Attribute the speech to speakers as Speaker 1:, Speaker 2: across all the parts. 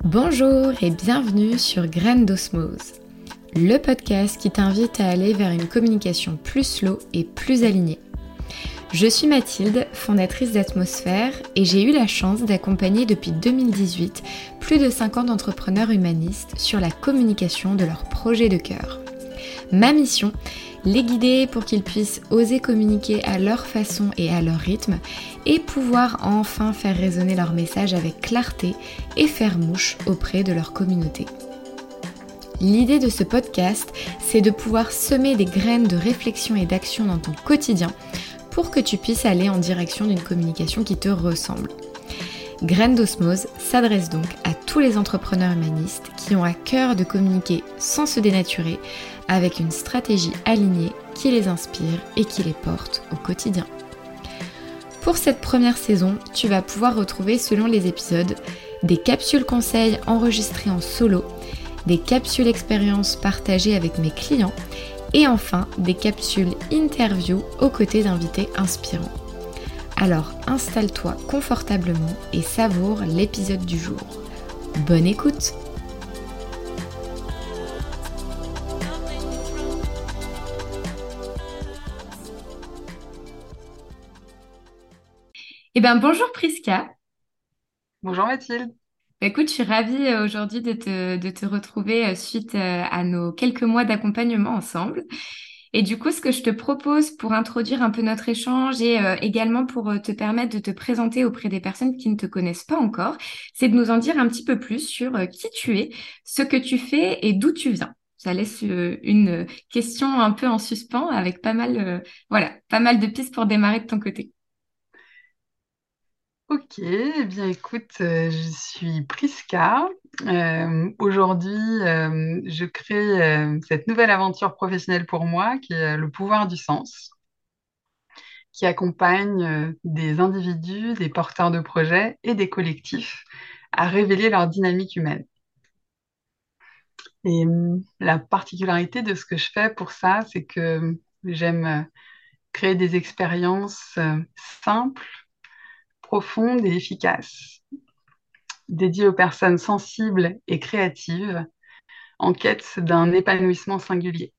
Speaker 1: Bonjour et bienvenue sur Graines d'Osmose, le podcast qui t'invite à aller vers une communication plus slow et plus alignée. Je suis Mathilde, fondatrice d'Atmosphère, et j'ai eu la chance d'accompagner depuis 2018 plus de 50 entrepreneurs humanistes sur la communication de leurs projets de cœur. Ma mission, les guider pour qu'ils puissent oser communiquer à leur façon et à leur rythme et pouvoir enfin faire résonner leur message avec clarté et faire mouche auprès de leur communauté. L'idée de ce podcast, c'est de pouvoir semer des graines de réflexion et d'action dans ton quotidien pour que tu puisses aller en direction d'une communication qui te ressemble. Graines d'Osmose s'adresse donc à tous les entrepreneurs humanistes qui ont à cœur de communiquer sans se dénaturer, avec une stratégie alignée qui les inspire et qui les porte au quotidien. Pour cette première saison, tu vas pouvoir retrouver selon les épisodes des capsules conseils enregistrées en solo, des capsules expériences partagées avec mes clients et enfin des capsules interviews aux côtés d'invités inspirants. Alors installe-toi confortablement et savoure l'épisode du jour. Bonne écoute! Bonjour Priska.
Speaker 2: Bonjour Mathilde.
Speaker 1: Écoute, je suis ravie aujourd'hui de te retrouver suite à nos quelques mois d'accompagnement ensemble. Et du coup, ce que je te propose pour introduire un peu notre échange et également pour te permettre de te présenter auprès des personnes qui ne te connaissent pas encore, c'est de nous en dire un petit peu plus sur qui tu es, ce que tu fais et d'où tu viens. Ça laisse une question un peu en suspens avec pas mal de pistes pour démarrer de ton côté.
Speaker 2: Ok, eh bien écoute, je suis Priska. Aujourd'hui, je crée cette nouvelle aventure professionnelle pour moi qui est le pouvoir du sens, qui accompagne des individus, des porteurs de projets et des collectifs à révéler leur dynamique humaine. Et la particularité de ce que je fais pour ça, c'est que j'aime créer des expériences simples, profondes et efficaces, dédié aux personnes sensibles et créatives en quête d'un épanouissement singulier.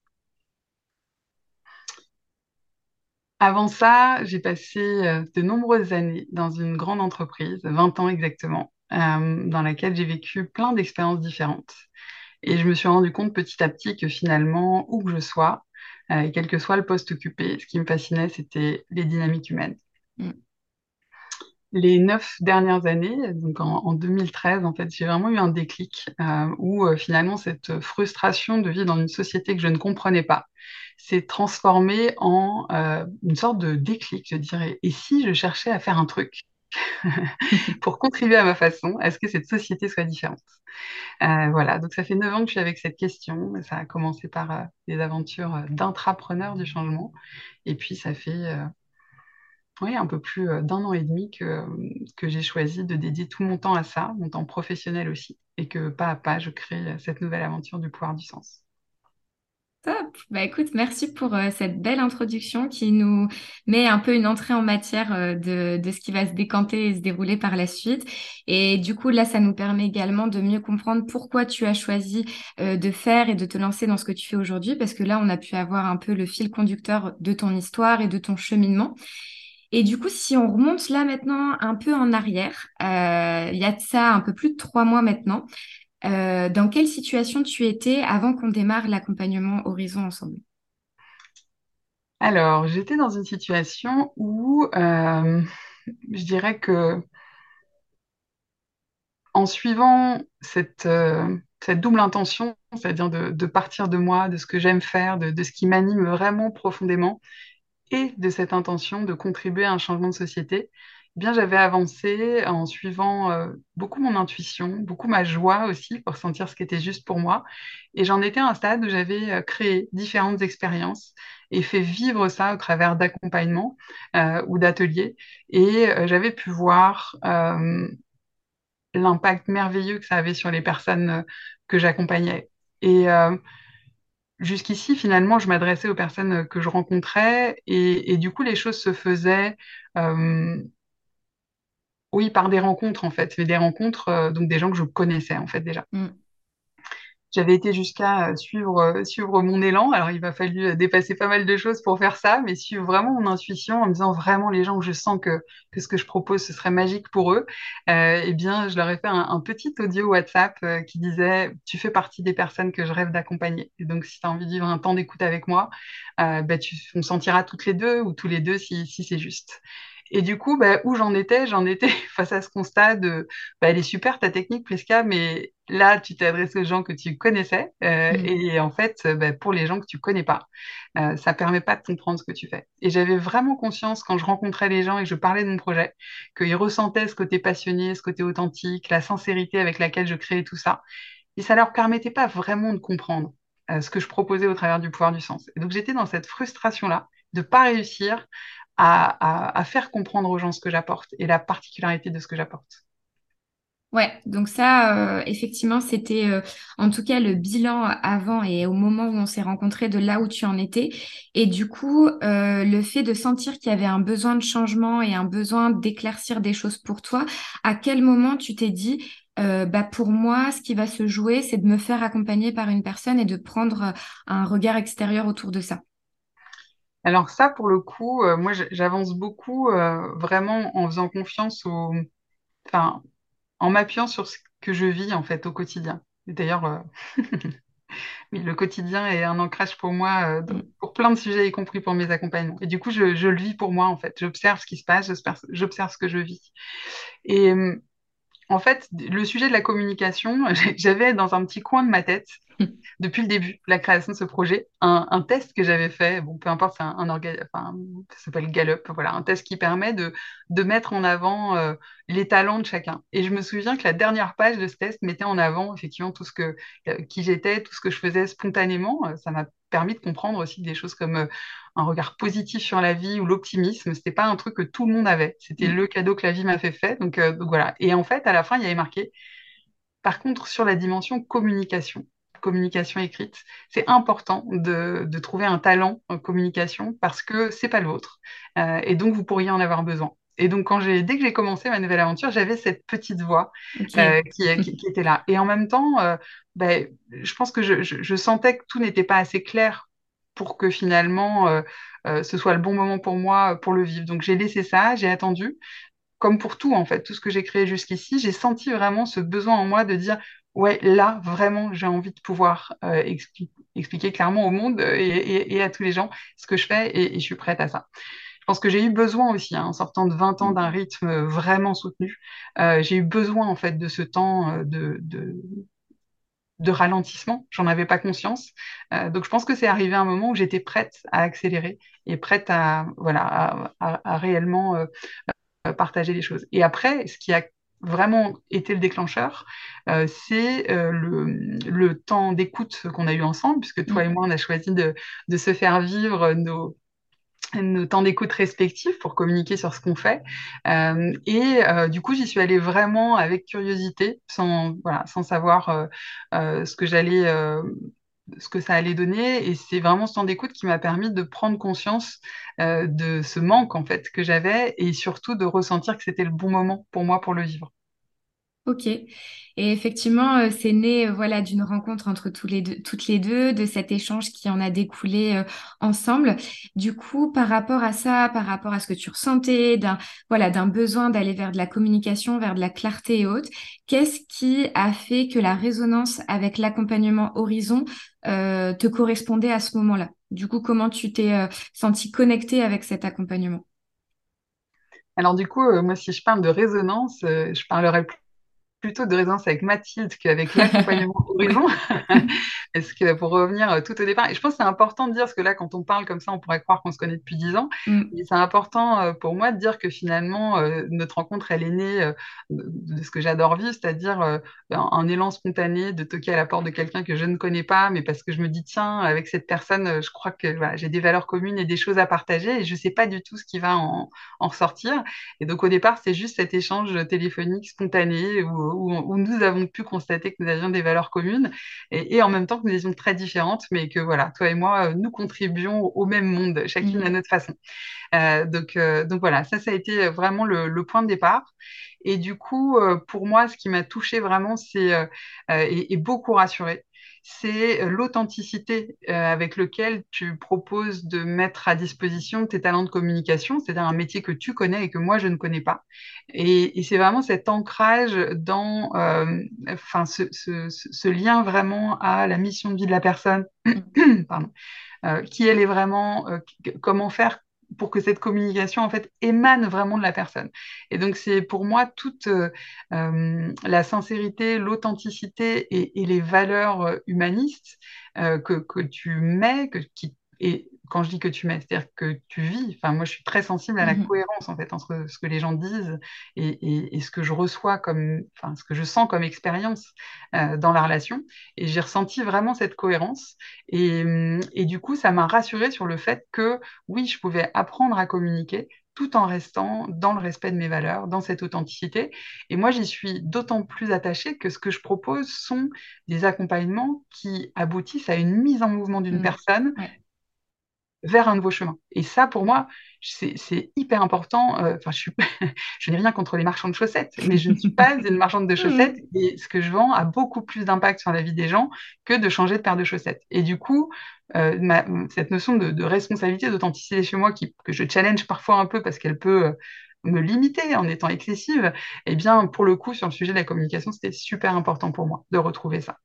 Speaker 2: Avant ça, j'ai passé de nombreuses années dans une grande entreprise, 20 ans exactement, dans laquelle j'ai vécu plein d'expériences différentes. Et je me suis rendu compte petit à petit que finalement, où que je sois, et quel que soit le poste occupé, ce qui me fascinait, c'était les dynamiques humaines.
Speaker 1: Mm.
Speaker 2: Les 9 dernières années, donc en 2013, en fait, j'ai vraiment eu un déclic où finalement cette frustration de vivre dans une société que je ne comprenais pas s'est transformée en une sorte de déclic, je dirais. Et si je cherchais à faire un truc pour contribuer à ma façon à ce que cette société soit différente? Voilà, donc ça fait 9 ans que je suis avec cette question. Ça a commencé par des aventures d'intrapreneur du changement. Et puis ça fait oui, un peu plus d'un an et demi que j'ai choisi de dédier tout mon temps à ça, mon temps professionnel aussi, et que pas à pas, je crée cette nouvelle aventure du pouvoir du sens.
Speaker 1: Top. Bah écoute, merci pour cette belle introduction qui nous met un peu une entrée en matière de ce qui va se décanter et se dérouler par la suite. Et du coup, là, ça nous permet également de mieux comprendre pourquoi tu as choisi de faire et de te lancer dans ce que tu fais aujourd'hui, parce que là, on a pu avoir un peu le fil conducteur de ton histoire et de ton cheminement. Et du coup, si on remonte là maintenant un peu en arrière, il y a de ça un peu plus de 3 mois maintenant. Dans quelle situation tu étais avant qu'on démarre l'accompagnement Horizon ensemble?
Speaker 2: Alors, j'étais dans une situation où je dirais que en suivant cette double intention, c'est-à-dire de partir de moi, de ce que j'aime faire, de ce qui m'anime vraiment profondément, et de cette intention de contribuer à un changement de société, eh bien j'avais avancé en suivant beaucoup mon intuition, beaucoup ma joie aussi pour sentir ce qui était juste pour moi. Et j'en étais à un stade où j'avais créé différentes expériences et fait vivre ça au travers d'accompagnements ou d'ateliers. Et j'avais pu voir l'impact merveilleux que ça avait sur les personnes que j'accompagnais. Et jusqu'ici, finalement, je m'adressais aux personnes que je rencontrais et du coup, les choses se faisaient euh, Oui, par des rencontres en fait, mais des rencontres, donc des gens que je connaissais en fait déjà.
Speaker 1: Mm.
Speaker 2: J'avais été jusqu'à suivre mon élan. Alors, il m'a fallu dépasser pas mal de choses pour faire ça, mais suivre vraiment mon intuition en me disant vraiment les gens que je sens que ce que je propose, ce serait magique pour eux. Eh bien, je leur ai fait un petit audio WhatsApp qui disait, tu fais partie des personnes que je rêve d'accompagner. Et donc, si tu as envie de vivre un temps d'écoute avec moi, on sentira toutes les deux ou tous les deux si c'est juste. Et du coup, où j'en étais face à ce constat de, elle est super ta technique, Prisca, mais là, tu t'es adressé aux gens que tu connaissais,
Speaker 1: Mm.
Speaker 2: et en fait, pour les gens que tu connais pas, ça permet pas de comprendre ce que tu fais. Et j'avais vraiment conscience quand je rencontrais les gens et que je parlais de mon projet, qu'ils ressentaient ce côté passionné, ce côté authentique, la sincérité avec laquelle je créais tout ça, et ça leur permettait pas vraiment de comprendre ce que je proposais au travers du pouvoir du sens. Et donc j'étais dans cette frustration-là de pas réussir à faire comprendre aux gens ce que j'apporte et la particularité de ce que j'apporte.
Speaker 1: Ouais, donc ça, effectivement, c'était en tout cas le bilan avant et au moment où on s'est rencontrés de là où tu en étais. Et du coup, le fait de sentir qu'il y avait un besoin de changement et un besoin d'éclaircir des choses pour toi, à quel moment tu t'es dit, pour moi, ce qui va se jouer, c'est de me faire accompagner par une personne et de prendre un regard extérieur autour de ça.
Speaker 2: Alors ça, pour le coup, moi, j'avance beaucoup vraiment en faisant confiance enfin, en m'appuyant sur ce que je vis en fait au quotidien. Et d'ailleurs, oui, le quotidien est un ancrage pour moi
Speaker 1: Mm.
Speaker 2: pour plein de sujets, y compris pour mes accompagnements. Et du coup, je le vis pour moi en fait. J'observe ce qui se passe, j'observe ce que je vis. Et en fait, le sujet de la communication, j'avais dans un petit coin de ma tête depuis le début de la création de ce projet, un test que j'avais fait, bon, peu importe, c'est enfin, ça s'appelle Gallup, voilà, un test qui permet de mettre en avant les talents de chacun. Et je me souviens que la dernière page de ce test mettait en avant effectivement qui j'étais, tout ce que je faisais spontanément. Ça m'a permis de comprendre aussi des choses comme un regard positif sur la vie ou l'optimisme. C'était pas un truc que tout le monde avait. C'était
Speaker 1: Mm.
Speaker 2: le cadeau que la vie m'a fait. Donc voilà. Et en fait, à la fin, il y avait marqué par contre, sur la dimension communication, communication écrite, c'est important de trouver un talent en communication parce que c'est pas le vôtre. Et donc, vous pourriez en avoir besoin. Et donc, dès que j'ai commencé ma nouvelle aventure, j'avais cette petite voix
Speaker 1: Ok.
Speaker 2: qui était là. Et en même temps, je pense que je sentais que tout n'était pas assez clair pour que finalement ce soit le bon moment pour moi pour le vivre. Donc, j'ai laissé ça, j'ai attendu comme pour tout, en fait, tout ce que j'ai créé jusqu'ici, j'ai senti vraiment ce besoin en moi de dire, ouais, là, vraiment, j'ai envie de pouvoir expliquer clairement au monde et à tous les gens ce que je fais et je suis prête à ça. Je pense que j'ai eu besoin aussi, hein, en sortant de 20 ans d'un rythme vraiment soutenu, j'ai eu besoin, en fait, de ce temps de ralentissement. J'en avais pas conscience. Donc, je pense que c'est arrivé un moment où j'étais prête à accélérer et prête à réellement partager les choses. Et après, ce qui a vraiment été le déclencheur, c'est le temps d'écoute qu'on a eu ensemble, puisque toi et
Speaker 1: Mm.
Speaker 2: moi, on a choisi de se faire vivre nos temps d'écoute respectifs pour communiquer sur ce qu'on fait. Du coup, j'y suis allée vraiment avec curiosité, sans savoir ce que ce que ça allait donner. Et c'est vraiment ce temps d'écoute qui m'a permis de prendre conscience de ce manque en fait que j'avais et surtout de ressentir que c'était le bon moment pour moi pour le vivre.
Speaker 1: Ok. Et effectivement, c'est né voilà, d'une rencontre entre toutes les deux, de cet échange qui en a découlé ensemble. Du coup, par rapport à ça, par rapport à ce que tu ressentais, voilà, d'un besoin d'aller vers de la communication, vers de la clarté et autres, qu'est-ce qui a fait que la résonance avec l'accompagnement Horizon te correspondait à ce moment-là? Du coup, comment tu t'es senti connecté avec cet accompagnement?
Speaker 2: Alors du coup, moi si je parle de résonance, je parlerai plutôt de résonance avec Mathilde qu'avec l'accompagnement Horizon.
Speaker 1: Ouais.
Speaker 2: Parce que pour revenir tout au départ, et je pense que c'est important de dire, parce que là, quand on parle comme ça, on pourrait croire qu'on se connaît depuis 10 ans.
Speaker 1: Mm.
Speaker 2: Et c'est important pour moi de dire que finalement, notre rencontre, elle est née de ce que j'adore vivre, c'est-à-dire un élan spontané de toquer à la porte de quelqu'un que je ne connais pas, mais parce que je me dis, tiens, avec cette personne, je crois que voilà, j'ai des valeurs communes et des choses à partager, et je ne sais pas du tout ce qui va en ressortir. Et donc au départ, c'est juste cet échange téléphonique spontané où nous avons pu constater que nous avions des valeurs communes et en même temps que nous étions très différentes, mais que voilà, toi et moi, nous contribuons au même monde, chacune à
Speaker 1: Mhm.
Speaker 2: notre façon. Donc voilà, ça a été vraiment le point de départ. Et du coup, pour moi, ce qui m'a touchée vraiment, et beaucoup rassurée, c'est l'authenticité avec lequel tu proposes de mettre à disposition tes talents de communication, c'est-à-dire un métier que tu connais et que moi, je ne connais pas. Et c'est vraiment cet ancrage dans enfin, ce lien vraiment à la mission de vie de la personne, pardon, qui elle est vraiment, comment faire pour que cette communication en fait émane vraiment de la personne. Et donc c'est pour moi toute la sincérité, l'authenticité et les valeurs humanistes que tu mets, et quand je dis que tu mets, c'est-à-dire que tu vis. Enfin, moi, je suis très sensible à la
Speaker 1: Mhm.
Speaker 2: cohérence en fait entre ce que les gens disent et ce que je reçois comme, enfin, ce que je sens comme expérience dans la relation. Et j'ai ressenti vraiment cette cohérence. Et du coup, ça m'a rassurée sur le fait que oui, je pouvais apprendre à communiquer tout en restant dans le respect de mes valeurs, dans cette authenticité. Et moi, j'y suis d'autant plus attachée que ce que je propose sont des accompagnements qui aboutissent à une mise en mouvement d'une
Speaker 1: Mhm.
Speaker 2: personne
Speaker 1: Ouais.
Speaker 2: vers un nouveau chemin. Et ça, pour moi, c'est hyper important. Enfin, je n'ai rien contre les marchands de chaussettes, mais je ne suis pas une marchande de chaussettes.
Speaker 1: Mhm.
Speaker 2: Et ce que je vends a beaucoup plus d'impact sur la vie des gens que de changer de paire de chaussettes. Et du coup, cette notion de responsabilité, d'authenticité chez moi, que je challenge parfois un peu parce qu'elle peut me limiter en étant excessive, eh bien, pour le coup, sur le sujet de la communication, c'était super important pour moi de retrouver ça.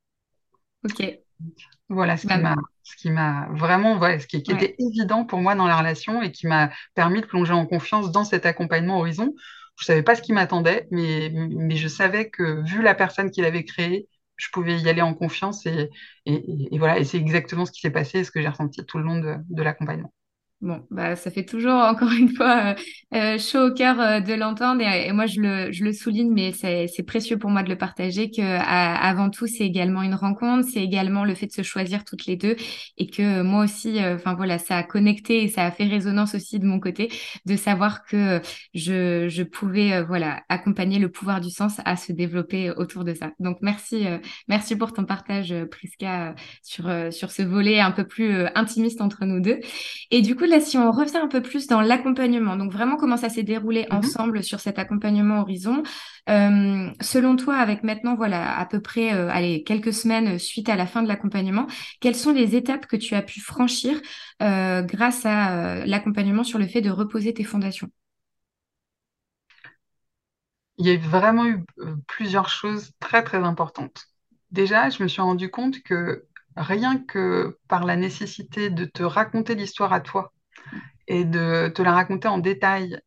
Speaker 1: Ok.
Speaker 2: Voilà
Speaker 1: Bah,
Speaker 2: ce qui m'a vraiment, voilà, qui
Speaker 1: ouais.
Speaker 2: était évident pour moi dans la relation et qui m'a permis de plonger en confiance dans cet accompagnement Horizon. Je savais pas ce qui m'attendait, mais je savais que vu la personne qui l'avait créé, je pouvais y aller en confiance et voilà. Et c'est exactement ce qui s'est passé et ce que j'ai ressenti tout le long de l'accompagnement.
Speaker 1: Bon, bah, ça fait toujours, encore une fois, chaud au cœur de l'entendre. Et moi, je le souligne, mais c'est précieux pour moi de le partager, que avant tout, c'est également une rencontre, c'est également le fait de se choisir toutes les deux. Et que moi aussi, enfin voilà, ça a connecté et ça a fait résonance aussi de mon côté, de savoir que je pouvais, voilà, accompagner le pouvoir du sens à se développer autour de ça. Donc, merci pour ton partage, Prisca, sur ce volet un peu plus intimiste entre nous deux. Et du coup, là, si on revient un peu plus dans l'accompagnement, donc vraiment comment ça s'est déroulé
Speaker 2: Mhm.
Speaker 1: ensemble sur cet accompagnement Horizon, selon toi, avec maintenant, voilà, à peu près, allez, quelques semaines suite à la fin de l'accompagnement, quelles sont les étapes que tu as pu franchir grâce à l'accompagnement sur le fait de reposer tes fondations?
Speaker 2: Il y a vraiment eu plusieurs choses très très importantes. Déjà, je me suis rendu compte que rien que par la nécessité de te raconter l'histoire à toi, et de te la raconter en détail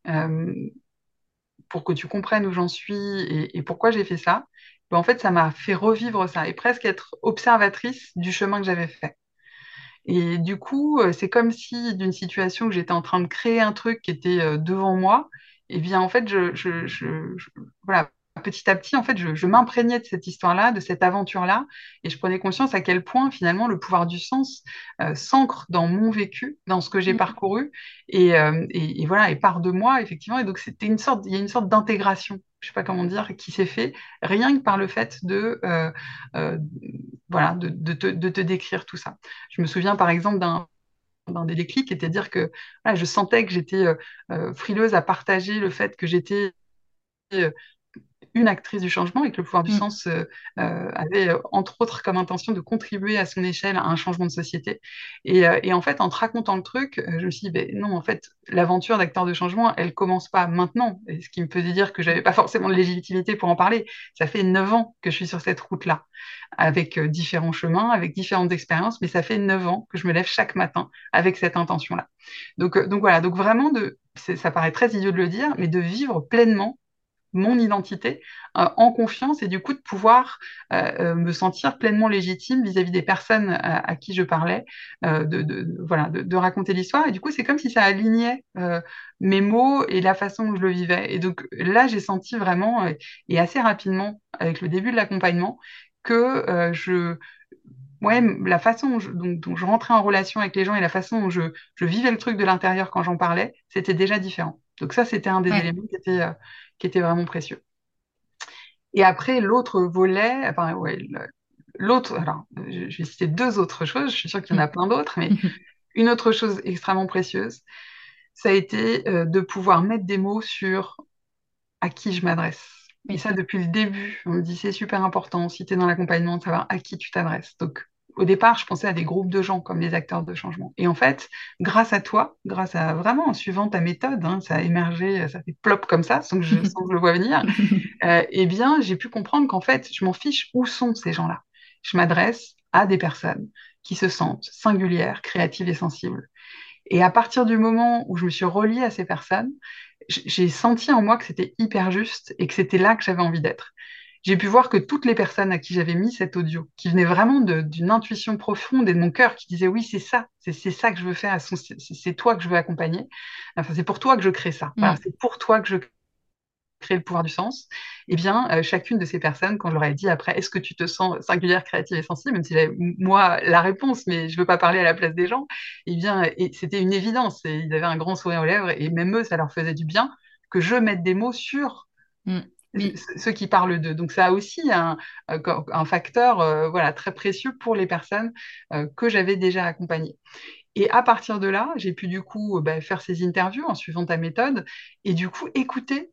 Speaker 2: pour que tu comprennes où j'en suis et pourquoi j'ai fait ça, ben, en fait, ça m'a fait revivre ça et presque être observatrice du chemin que j'avais fait. Et du coup, c'est comme si d'une situation où j'étais en train de créer un truc qui était devant moi, et bien en fait, voilà, petit à petit, en fait, je m'imprégnais de cette histoire-là, de cette aventure-là, et je prenais conscience à quel point finalement le pouvoir du sens s'ancre dans mon vécu, dans ce que j'ai
Speaker 1: Mm.
Speaker 2: parcouru, et voilà, et part de moi, effectivement. Et donc il y a une sorte d'intégration, je sais pas comment dire, qui s'est fait rien que par le fait euh, voilà, de te décrire tout ça. Je me souviens par exemple d'un des déclics, qui était de dire que voilà, je sentais que j'étais frileuse à partager le fait que j'étais euh, une actrice du changement et que le pouvoir du
Speaker 1: Mm.
Speaker 2: sens avait entre autres comme intention de contribuer à son échelle à un changement de société. Et en fait, en te racontant le truc, je me suis dit, ben, non, en fait, l'aventure d'acteur de changement, elle commence pas maintenant. Et ce qui me faisait dire que j'avais pas forcément de légitimité pour en parler. Ça fait 9 ans que je suis sur cette route-là, avec différents chemins, avec différentes expériences, mais ça fait 9 ans que je me lève chaque matin avec cette intention-là. Donc voilà, donc vraiment, ça paraît très idiot de le dire, mais de vivre pleinement mon identité en confiance et du coup de pouvoir me sentir pleinement légitime vis-à-vis des personnes à qui je parlais, voilà, de raconter l'histoire. Et du coup, c'est comme si ça alignait mes mots et la façon dont je le vivais. Et donc là, j'ai senti vraiment, et assez rapidement, avec le début de l'accompagnement, que ouais, la façon dont je rentrais en relation avec les gens et la façon dont je vivais le truc de l'intérieur quand j'en parlais, c'était déjà différent. Donc ça, c'était un des
Speaker 1: Ouais.
Speaker 2: éléments qui était vraiment précieux. Et après, l'autre volet, enfin, ouais, l'autre, alors, je vais citer deux autres choses, je suis sûre qu'il y en a plein d'autres, mais une autre chose extrêmement précieuse, ça a été de pouvoir mettre des mots sur à qui je m'adresse. Et
Speaker 1: Oui.
Speaker 2: ça, depuis le début, on me dit c'est super important, si tu es dans l'accompagnement, de savoir à qui tu t'adresses. Donc, au départ, je pensais à des groupes de gens comme les acteurs de changement. Et en fait, grâce à toi, grâce à vraiment, en suivant ta méthode, hein, ça a émergé, ça fait plop comme ça, sans que je le vois venir, eh bien, j'ai pu comprendre qu'en fait, je m'en fiche où sont ces gens-là. Je m'adresse à des personnes qui se sentent singulières, créatives et sensibles. Et à partir du moment où je me suis reliée à ces personnes, j'ai senti en moi que c'était hyper juste et que c'était là que j'avais envie d'être. J'ai pu voir que toutes les personnes à qui j'avais mis cet audio, qui venaient vraiment d'une intuition profonde et de mon cœur, qui disaient oui, c'est ça que je veux faire, c'est toi que je veux accompagner, enfin, c'est pour toi que je crée ça, voilà,
Speaker 1: Mm.
Speaker 2: c'est pour toi que je créer le pouvoir du sens, eh bien, chacune de ces personnes, quand je leur ai dit après, est-ce que tu te sens singulière, créative et sensible, même si j'avais moi la réponse, mais je ne veux pas parler à la place des gens, eh bien, et c'était une évidence. Et ils avaient un grand sourire aux lèvres, et même eux, ça leur faisait du bien que je mette des mots sur
Speaker 1: Mm. Oui.
Speaker 2: ceux qui parlent d'eux. Donc, ça a aussi un facteur voilà, très précieux pour les personnes que j'avais déjà accompagnées. Et à partir de là, j'ai pu du coup bah, faire ces interviews en suivant ta méthode et du coup écouter.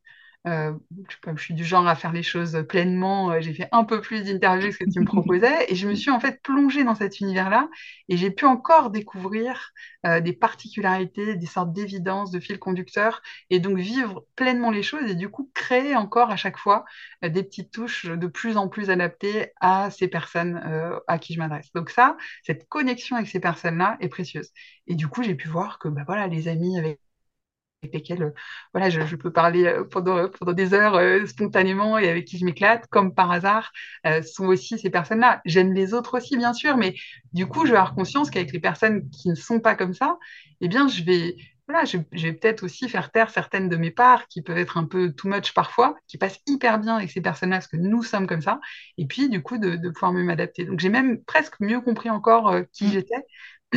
Speaker 2: Comme je suis du genre à faire les choses pleinement, j'ai fait un peu plus d'interviews que ce que tu me proposais et je me suis en fait plongée dans cet univers-là et j'ai pu encore découvrir des particularités, des sortes d'évidences, de fils conducteurs et donc vivre pleinement les choses et du coup créer encore à chaque fois des petites touches de plus en plus adaptées à ces personnes à qui je m'adresse. Donc ça, cette connexion avec ces personnes-là est précieuse. Et du coup, j'ai pu voir que bah, voilà, les amis avec lesquels voilà, je peux parler pendant des heures spontanément et avec qui je m'éclate, comme par hasard, sont aussi ces personnes-là. J'aime les autres aussi, bien sûr, mais du coup, je vais avoir conscience qu'avec les personnes qui ne sont pas comme ça, eh bien, voilà, je vais peut-être aussi faire taire certaines de mes parts qui peuvent être un peu too much parfois, qui passent hyper bien avec ces personnes-là parce que nous sommes comme ça, et puis du coup de pouvoir mieux m'adapter. Donc j'ai même presque mieux compris encore qui
Speaker 1: Mm.
Speaker 2: j'étais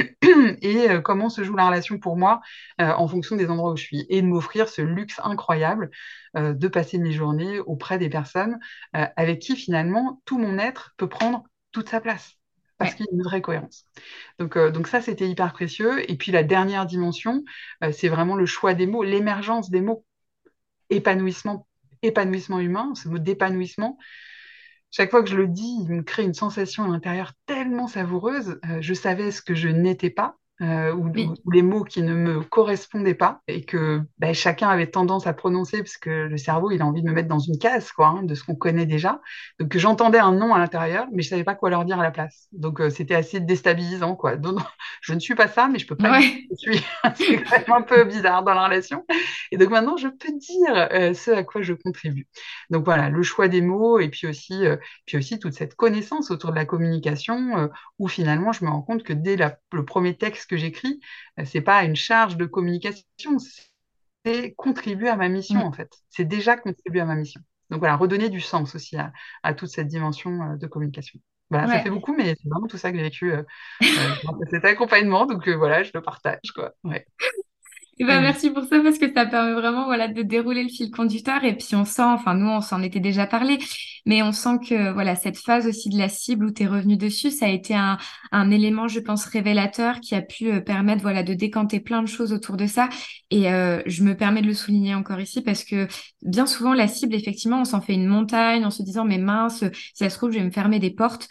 Speaker 2: et comment se joue la relation pour moi en fonction des endroits où je suis, et de m'offrir ce luxe incroyable de passer mes journées auprès des personnes avec qui finalement tout mon être peut prendre toute sa place, parce
Speaker 1: Ouais.
Speaker 2: qu'il y a une vraie cohérence. Donc ça, c'était hyper précieux. Et puis la dernière dimension, c'est vraiment le choix des mots, l'émergence des mots, épanouissement, épanouissement humain, ce mot d'épanouissement. Chaque fois que je le dis, il me crée une sensation à l'intérieur tellement savoureuse. Je savais ce que je n'étais pas,
Speaker 1: Oui.
Speaker 2: ou les mots qui ne me correspondaient pas, et que bah, chacun avait tendance à prononcer, parce que le cerveau, il a envie de me mettre dans une case, quoi, hein, de ce qu'on connaît déjà. Donc que j'entendais un nom à l'intérieur, mais je savais pas quoi leur dire à la place. Donc c'était assez déstabilisant, quoi. Donc, je ne suis pas ça, mais je peux pas dire
Speaker 1: Ouais.
Speaker 2: que je suis. C'est quand même un peu bizarre dans la relation. Et donc maintenant, je peux dire ce à quoi je contribue. Donc voilà, le choix des mots, et puis aussi toute cette connaissance autour de la communication, où finalement je me rends compte que dès le premier texte que j'écris, c'est pas une charge de communication, c'est contribuer à ma mission en
Speaker 1: Mm.
Speaker 2: fait. C'est déjà contribuer à ma mission. Donc voilà, redonner du sens aussi à toute cette dimension de communication. Voilà, ça fait
Speaker 1: Ouais.
Speaker 2: beaucoup, mais c'est vraiment tout ça que j'ai vécu grâce à cet accompagnement. Donc voilà, je le partage, quoi. Ouais.
Speaker 1: Eh ben, merci pour ça parce que ça permet vraiment voilà de dérouler le fil conducteur et puis on sent, enfin nous on s'en était déjà parlé, mais on sent que voilà cette phase aussi de la cible où tu es revenu dessus, ça a été un élément je pense révélateur qui a pu permettre voilà de décanter plein de choses autour de ça et je me permets de le souligner encore ici parce que bien souvent la cible effectivement on s'en fait une montagne en se disant mais mince si ça se trouve je vais me fermer des portes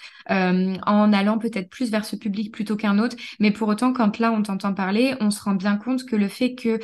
Speaker 1: en allant peut-être plus vers ce public plutôt qu'un autre. Mais pour autant, quand là, on t'entend parler, on se rend bien compte que le fait que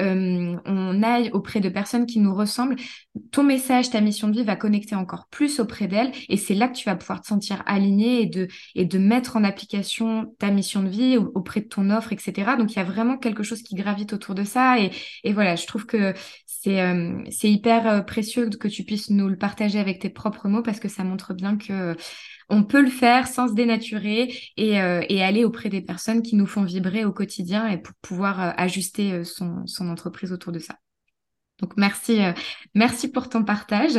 Speaker 1: on aille auprès de personnes qui nous ressemblent, ton message, ta mission de vie va connecter encore plus auprès d'elles. Et c'est là que tu vas pouvoir te sentir aligné et de mettre en application ta mission de vie auprès de ton offre, etc. Donc, il y a vraiment quelque chose qui gravite autour de ça. Et voilà, je trouve que c'est hyper précieux que tu puisses nous le partager avec tes propres mots parce que ça montre bien que on peut le faire sans se dénaturer et aller auprès des personnes qui nous font vibrer au quotidien et pour pouvoir ajuster son entreprise autour de ça. Donc merci pour ton partage.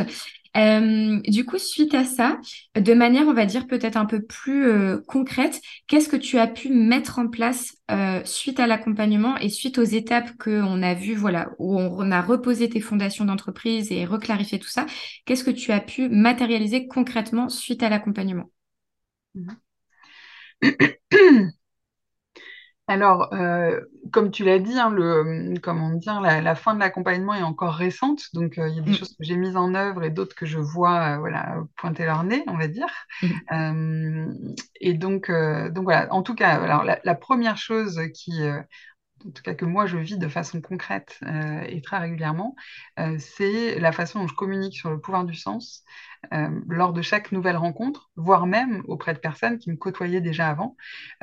Speaker 1: Du coup, suite à ça, de manière, on va dire peut-être un peu plus concrète, qu'est-ce que tu as pu mettre en place suite à l'accompagnement et suite aux étapes qu'on a vues, voilà, où on a reposé tes fondations d'entreprise et reclarifié tout ça, qu'est-ce que tu as pu matérialiser concrètement suite à l'accompagnement?
Speaker 2: Mhm. Alors, comme tu l'as dit, hein, comment dire, la fin de l'accompagnement est encore récente, donc il y a des
Speaker 1: Mm,
Speaker 2: choses que j'ai mises en œuvre et d'autres que je vois, voilà, pointer leur nez, on va dire.
Speaker 1: mm,
Speaker 2: Euh, et donc voilà. En tout cas, alors la première chose en tout cas que moi je vis de façon concrète et très régulièrement, c'est la façon dont je communique sur le pouvoir du sens lors de chaque nouvelle rencontre, voire même auprès de personnes qui me côtoyaient déjà avant,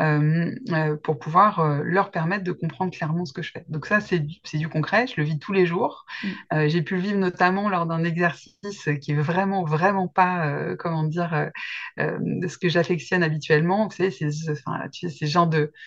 Speaker 2: pour pouvoir leur permettre de comprendre clairement ce que je fais. Donc ça, c'est du concret, je le vis tous les jours.
Speaker 1: mm,
Speaker 2: J'ai pu le vivre notamment lors d'un exercice qui est vraiment, vraiment pas, comment dire, ce que j'affectionne habituellement. Vous savez, enfin, tu sais, ces genres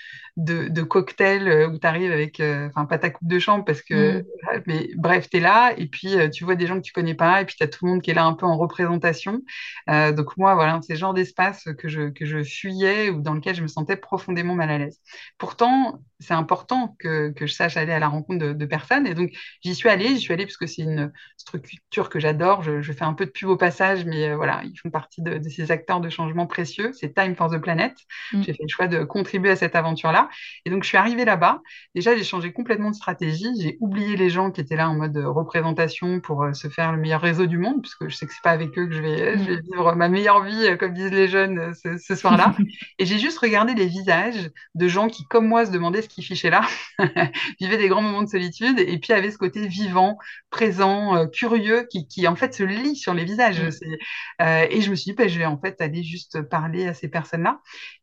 Speaker 2: de cocktail où tu arrives avec, enfin, pas ta coupe de chambre parce que,
Speaker 1: mm,
Speaker 2: mais bref, tu es là et puis tu vois des gens que tu connais pas et puis tu as tout le monde qui est là un peu en représentation. Donc, moi, voilà, c'est le genre d'espace que je fuyais ou dans lequel je me sentais profondément mal à l'aise. Pourtant, c'est important que je sache aller à la rencontre de personnes et donc j'y suis allée parce que c'est une structure que j'adore. Je fais un peu de pub au passage, mais voilà, ils font partie de ces acteurs de changement précieux. C'est Time for the Planet.
Speaker 1: mm.
Speaker 2: J'ai fait le choix de contribuer à cette aventure-là. Et donc, je suis arrivée là-bas. Déjà, j'ai changé complètement de stratégie. J'ai oublié les gens qui étaient là en mode représentation pour se faire le meilleur réseau du monde, puisque je sais que c'est pas avec eux que je vais
Speaker 1: Mm.
Speaker 2: vivre ma meilleure vie, comme disent les jeunes ce soir-là. Et j'ai juste regardé les visages de gens qui, comme moi, se demandaient ce qu'ils fichaient là, vivaient des grands moments de solitude, et puis avaient ce côté vivant, présent, curieux, qui en fait se lit sur les visages.
Speaker 1: Mm.
Speaker 2: Et je me suis dit, bah, je vais en fait aller juste parler à ces personnes-là.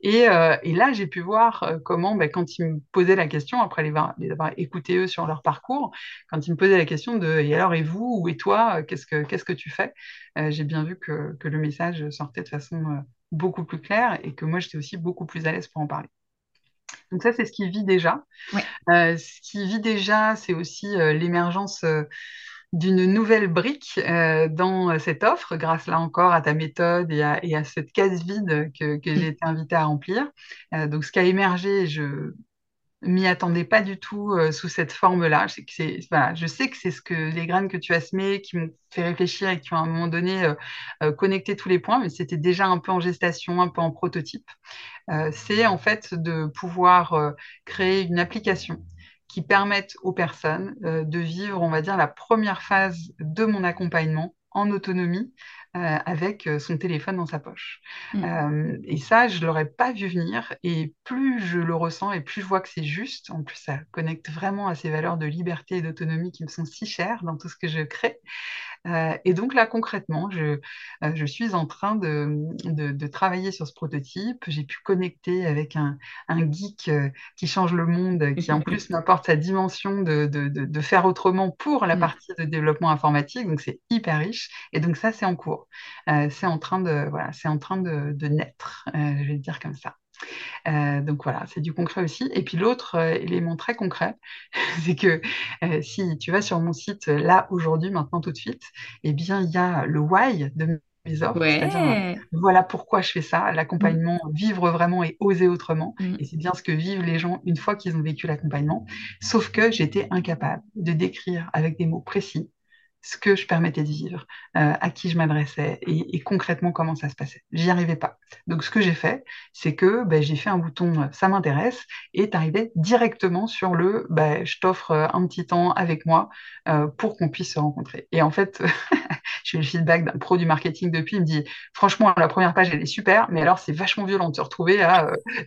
Speaker 2: Et là, j'ai pu voir comment, ben, quand ils me posaient la question, après les avoir écoutés eux sur leur parcours, quand ils me posaient la question de et alors, et vous, ou et toi, qu'est-ce que tu fais? J'ai bien vu que le message sortait de façon beaucoup plus claire et que moi, j'étais aussi beaucoup plus à l'aise pour en parler. Donc ça, c'est ce qui vit déjà.
Speaker 1: Ouais.
Speaker 2: Ce qui vit déjà, c'est aussi l'émergence d'une nouvelle brique dans cette offre, grâce là encore à ta méthode et à cette case vide que j'ai
Speaker 1: Mm.
Speaker 2: été invitée à remplir. Donc, ce qui a émergé, je m'y attendais pas du tout sous cette forme-là. Voilà, je sais que c'est ce que les graines que tu as semées qui m'ont fait réfléchir et qui ont à un moment donné connecté tous les points, mais c'était déjà un peu en gestation, un peu en prototype. C'est en fait de pouvoir créer une application qui permette aux personnes de vivre, on va dire, la première phase de mon accompagnement en autonomie avec son téléphone dans sa poche.
Speaker 1: Mm.
Speaker 2: Et ça, je ne l'aurais pas vu venir. Et plus je le ressens et plus je vois que c'est juste, en plus ça connecte vraiment à ces valeurs de liberté et d'autonomie qui me sont si chères dans tout ce que je crée. Et donc là, concrètement, je suis en train de travailler sur ce prototype. J'ai pu connecter avec un geek qui change le monde, qui en plus m'apporte sa dimension de faire autrement pour la
Speaker 1: Mm.
Speaker 2: partie de développement informatique. Donc c'est hyper riche. Et donc ça, c'est en cours. Voilà, c'est en train de naître, je vais le dire comme ça. Donc voilà, c'est du concret aussi. Et puis l'autre élément très concret, c'est que si tu vas sur mon site là, aujourd'hui, maintenant, tout de suite, eh bien, il y a le why de mes offres, c'est-à-dire
Speaker 1: Ouais.
Speaker 2: voilà pourquoi je fais ça,
Speaker 1: Mm.
Speaker 2: l'accompagnement, vivre vraiment et oser autrement.
Speaker 1: Mm.
Speaker 2: Et c'est bien ce que vivent les gens une fois qu'ils ont vécu l'accompagnement. Sauf que j'étais incapable de décrire avec des mots précis ce que je permettais de vivre, à qui je m'adressais et concrètement comment ça se passait. J'y arrivais pas. Donc ce que j'ai fait, c'est que ben, j'ai fait un bouton ça m'intéresse et tu arrivais directement sur le ben, je t'offre un petit temps avec moi pour qu'on puisse se rencontrer. Et en fait, j'ai eu le feedback d'un pro du marketing depuis, il me dit franchement la première page elle est super, mais alors c'est vachement violent de se retrouver à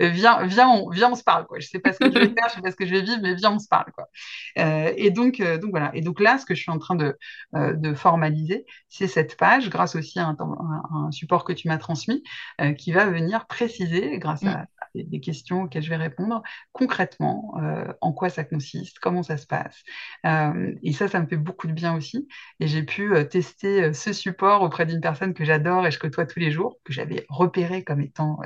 Speaker 2: viens on se parle quoi. Je sais pas ce que je vais faire, je sais pas ce que je vais vivre, mais viens on se parle quoi. Et donc voilà. Et donc là, ce que je suis en train de formaliser, c'est cette page, grâce aussi à un support que tu m'as transmis, qui va venir préciser, grâce
Speaker 1: Mm.
Speaker 2: à des questions auxquelles je vais répondre, concrètement en quoi ça consiste, comment ça se passe. Et ça me fait beaucoup de bien aussi. Et j'ai pu tester ce support auprès d'une personne que j'adore et je côtoie tous les jours, que j'avais repéré comme étant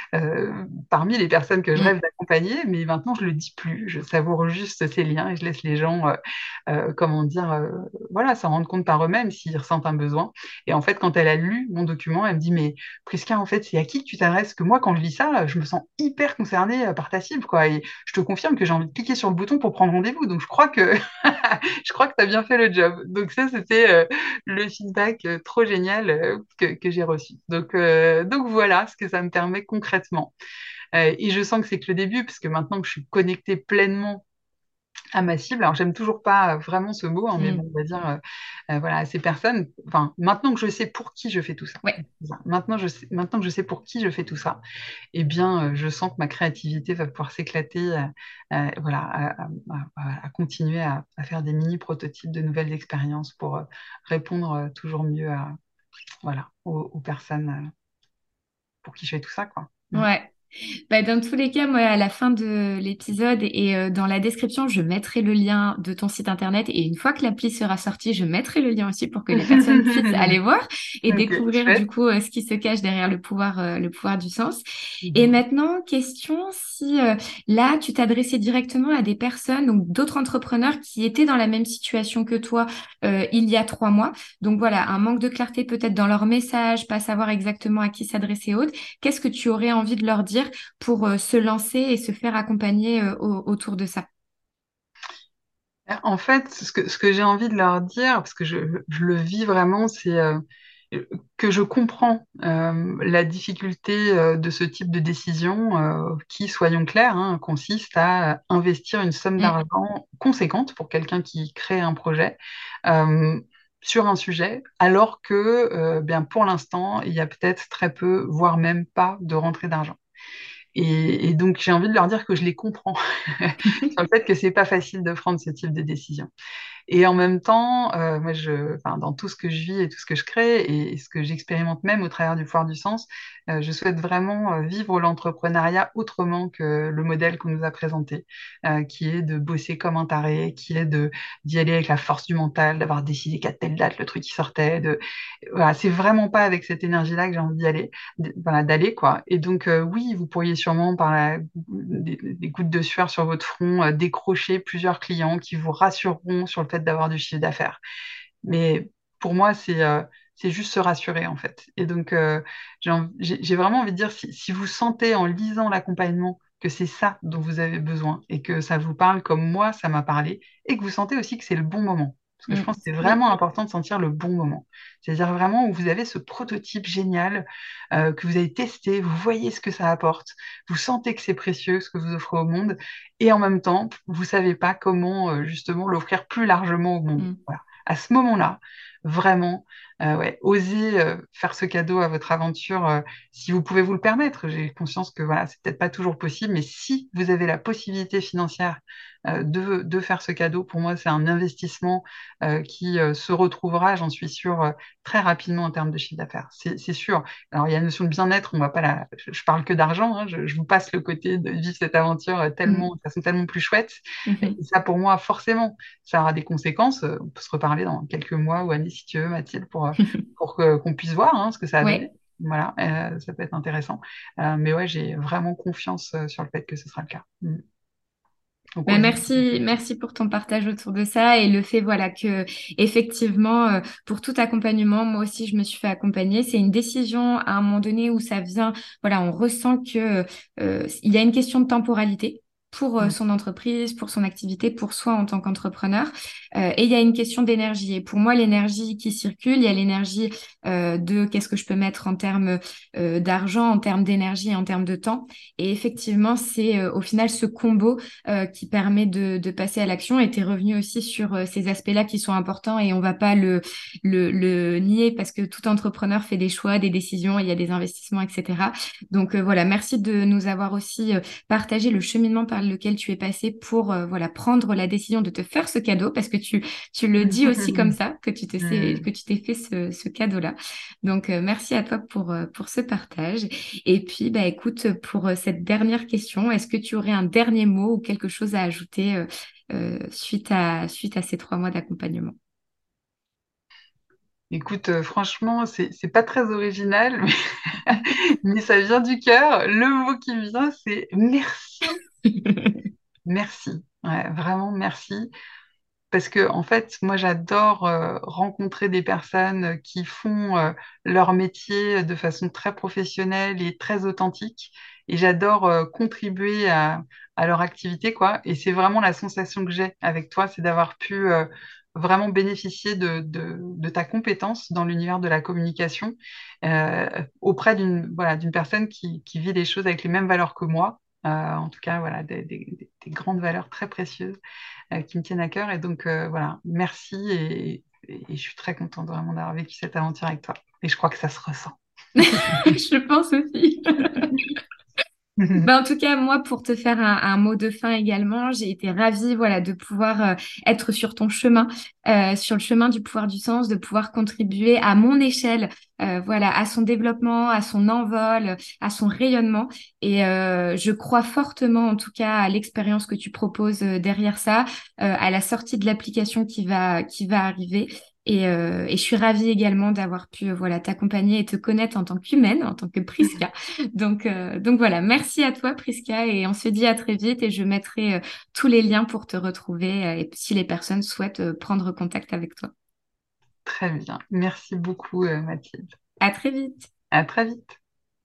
Speaker 2: parmi les personnes que je
Speaker 1: Mm.
Speaker 2: rêve d'accompagner, mais maintenant je le dis plus. Je savoure juste ces liens et je laisse les gens, comment dire, voilà, s'en rendre compte par eux-mêmes s'ils ressentent un besoin. Et en fait, quand elle a lu mon document, elle me dit, mais Prisca, en fait, c'est à qui que tu t'adresses? Que moi, quand je lis ça, je me sens hyper concerné par ta cible, quoi. Et je te confirme que j'ai envie de cliquer sur le bouton pour prendre rendez-vous. Donc, je crois que je crois que tu as bien fait le job. Donc, ça, c'était le feedback trop génial que j'ai reçu. Donc, voilà ce que ça me permet concrètement. Et je sens que c'est que le début, parce que maintenant que je suis connectée pleinement à ma cible. Alors, j'aime toujours pas vraiment ce mot, hein, mais bon,
Speaker 1: Mm.
Speaker 2: on va dire, voilà, à ces personnes. Enfin, maintenant que je sais pour qui je fais tout ça,
Speaker 1: Ouais.
Speaker 2: maintenant que je sais pour qui je fais tout ça, eh bien, je sens que ma créativité va pouvoir s'éclater, voilà, à continuer à faire des mini prototypes de nouvelles expériences pour répondre toujours mieux voilà, aux personnes pour qui je fais tout ça, quoi. Mm.
Speaker 1: Ouais. Bah, dans tous les cas, moi, à la fin de l'épisode et dans la description, je mettrai le lien de ton site internet. Et une fois que l'appli sera sortie, je mettrai le lien aussi pour que les personnes puissent aller voir et
Speaker 2: Ok,
Speaker 1: découvrir du
Speaker 2: chouette.
Speaker 1: coup ce qui se cache derrière le pouvoir du sens. Et
Speaker 2: Mhm.
Speaker 1: maintenant, question si là, tu t'adressais directement à des personnes, donc d'autres entrepreneurs qui étaient dans la même situation que toi il y a 3 mois. Donc voilà, un manque de clarté peut-être dans leur message, pas savoir exactement à qui s'adresser et autres. Qu'est-ce que tu aurais envie de leur dire pour se lancer et se faire accompagner autour de ça?
Speaker 2: En fait, ce que j'ai envie de leur dire, parce que je le vis vraiment, c'est que je comprends la difficulté de ce type de décision qui, soyons clairs, hein, consiste à investir une somme
Speaker 1: Mm,
Speaker 2: d'argent conséquente pour quelqu'un qui crée un projet euh, sur un sujet, alors que bien, pour l'instant, il y a peut-être très peu, voire même pas de rentrée d'argent. Et donc, j'ai envie de leur dire que je les comprends sur le fait que c'est pas facile de prendre ce type de décision. Et en même temps, moi, enfin, dans tout ce que je vis et tout ce que je crée et ce que j'expérimente même au travers du Foire du Sens, je souhaite vraiment vivre l'entrepreneuriat autrement que le modèle qu'on nous a présenté, qui est de bosser comme un taré, qui est d'y aller avec la force du mental, d'avoir décidé qu'à telle date le truc qui sortait. Voilà, c'est vraiment pas avec cette énergie-là que j'ai envie d'y aller, voilà, d'aller quoi. Et donc oui, vous pourriez sûrement des gouttes de sueur sur votre front décrocher plusieurs clients qui vous rassureront sur le fait d'avoir du chiffre d'affaires. Mais pour moi, c'est juste se rassurer, en fait. Et donc, j'ai vraiment envie de dire, si vous sentez en lisant l'accompagnement que c'est ça dont vous avez besoin et que ça vous parle comme moi, ça m'a parlé, et que vous sentez aussi que c'est le bon moment. Parce que je
Speaker 1: mm.
Speaker 2: pense que c'est
Speaker 1: Oui.
Speaker 2: vraiment important de sentir le bon moment. C'est-à-dire vraiment où vous avez ce prototype génial que vous avez testé, vous voyez ce que ça apporte, vous sentez que c'est précieux ce que vous offrez au monde, et en même temps, vous savez pas comment justement l'offrir plus largement au monde.
Speaker 1: Mm.
Speaker 2: Voilà. À ce moment-là, vraiment, ouais, osez faire ce cadeau à votre aventure si vous pouvez vous le permettre. J'ai conscience que voilà, c'est peut-être pas toujours possible, mais si vous avez la possibilité financière de faire ce cadeau, pour moi, c'est un investissement qui se retrouvera, j'en suis sûre, très rapidement en termes de chiffre d'affaires. C'est sûr. Alors, il y a la notion de bien-être, on va pas je parle que d'argent, hein, je vous passe le côté de vivre cette aventure
Speaker 1: Mm.
Speaker 2: de façon tellement plus chouette. Et
Speaker 1: Mhm.
Speaker 2: ça, pour moi, forcément, ça aura des conséquences. On peut se reparler dans quelques mois ou années, si tu veux, Mathilde, qu'on puisse voir hein, ce que ça a donné.
Speaker 1: Ouais.
Speaker 2: Voilà, ça peut être intéressant. Mais ouais, j'ai vraiment confiance sur le fait que ce sera le cas. Mm. Donc,
Speaker 1: Ben,
Speaker 2: osez.
Speaker 1: merci, merci pour ton partage autour de ça et le fait voilà que effectivement pour tout accompagnement, moi aussi je me suis fait accompagner. C'est une décision à un moment donné où ça vient, voilà, on ressent que il y a une question de temporalité pour
Speaker 2: Mm.
Speaker 1: son entreprise, pour son activité, pour soi en tant qu'entrepreneur. Et il y a une question d'énergie. Et pour moi, l'énergie qui circule, il y a l'énergie de qu'est-ce que je peux mettre en termes d'argent, en termes d'énergie et en termes de temps. Et effectivement, c'est au final ce combo qui permet de passer à l'action. Et tu es revenu aussi sur ces aspects-là qui sont importants et on va pas le nier parce que tout entrepreneur fait des choix, des décisions, il y a des investissements, etc. Donc voilà, merci de nous avoir aussi partagé le cheminement par lequel tu es passé pour voilà prendre la décision de te faire ce cadeau parce que tu le dis aussi comme ça que
Speaker 2: Mm.
Speaker 1: que tu t'es fait ce cadeau-là. Donc merci à toi pour ce partage. Et puis, bah, écoute, pour cette dernière question, est-ce que tu aurais un dernier mot ou quelque chose à ajouter suite à ces 3 mois d'accompagnement?
Speaker 2: Écoute, franchement, c'est pas très original, mais ça vient du cœur. Le mot qui me vient, c'est merci. Merci. Ouais, vraiment merci. parce que en fait, moi, j'adore rencontrer des personnes qui font leur métier de façon très professionnelle et très authentique. Et j'adore contribuer à leur activité, quoi. Et c'est vraiment la sensation que j'ai avec toi, c'est d'avoir pu vraiment bénéficier de ta compétence dans l'univers de la communication auprès d'une personne qui vit les choses avec les mêmes valeurs que moi. En tout cas, voilà, des grandes valeurs très précieuses qui me tiennent à cœur. Et donc, voilà, merci et je suis très contente vraiment d'avoir vécu cette aventure avec toi. Et je crois que ça se ressent.
Speaker 1: Je pense aussi. En tout cas, moi, pour te faire un mot de fin également, j'ai été ravie, voilà, de pouvoir être sur ton chemin, sur le chemin du pouvoir du sens, de pouvoir contribuer à mon échelle, voilà, à son développement, à son envol, à son rayonnement. Et je crois fortement, en tout cas, à l'expérience que tu proposes derrière ça, à la sortie de l'application qui va arriver. Et je suis ravie également d'avoir pu voilà t'accompagner et te connaître en tant qu'humaine, en tant que Prisca. Donc voilà, merci à toi Prisca et on se dit à très vite et je mettrai tous les liens pour te retrouver et si les personnes souhaitent prendre contact avec toi.
Speaker 2: Très bien. Merci beaucoup, Mathilde.
Speaker 1: À très vite.
Speaker 2: À très vite.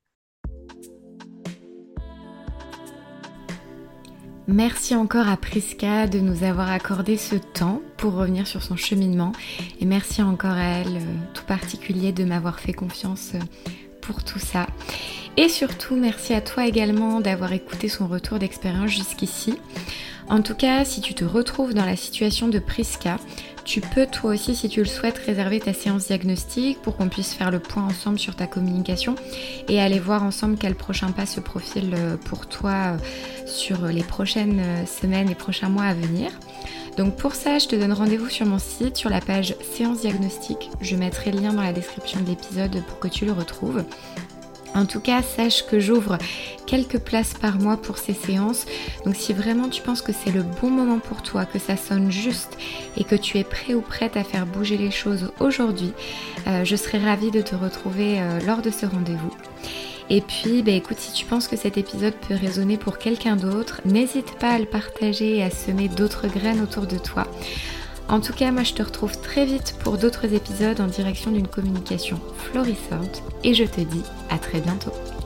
Speaker 1: Merci encore à Prisca de nous avoir accordé ce temps pour revenir sur son cheminement et merci encore à elle tout particulier de m'avoir fait confiance pour tout ça. Et surtout, merci à toi également d'avoir écouté son retour d'expérience jusqu'ici. En tout cas, si tu te retrouves dans la situation de Prisca, tu peux toi aussi, si tu le souhaites, réserver ta séance diagnostic pour qu'on puisse faire le point ensemble sur ta communication et aller voir ensemble quel prochain pas se profile pour toi sur les prochaines semaines et prochains mois à venir. Donc pour ça, je te donne rendez-vous sur mon site, sur la page séance diagnostic. Je mettrai le lien dans la description de l'épisode pour que tu le retrouves. En tout cas, sache que j'ouvre quelques places par mois pour ces séances. Donc si vraiment tu penses que c'est le bon moment pour toi, que ça sonne juste et que tu es prêt ou prête à faire bouger les choses aujourd'hui, je serai ravie de te retrouver lors de ce rendez-vous. Et puis, écoute, si tu penses que cet épisode peut résonner pour quelqu'un d'autre, n'hésite pas à le partager et à semer d'autres graines autour de toi. En tout cas, moi je te retrouve très vite pour d'autres épisodes en direction d'une communication florissante et je te dis à très bientôt.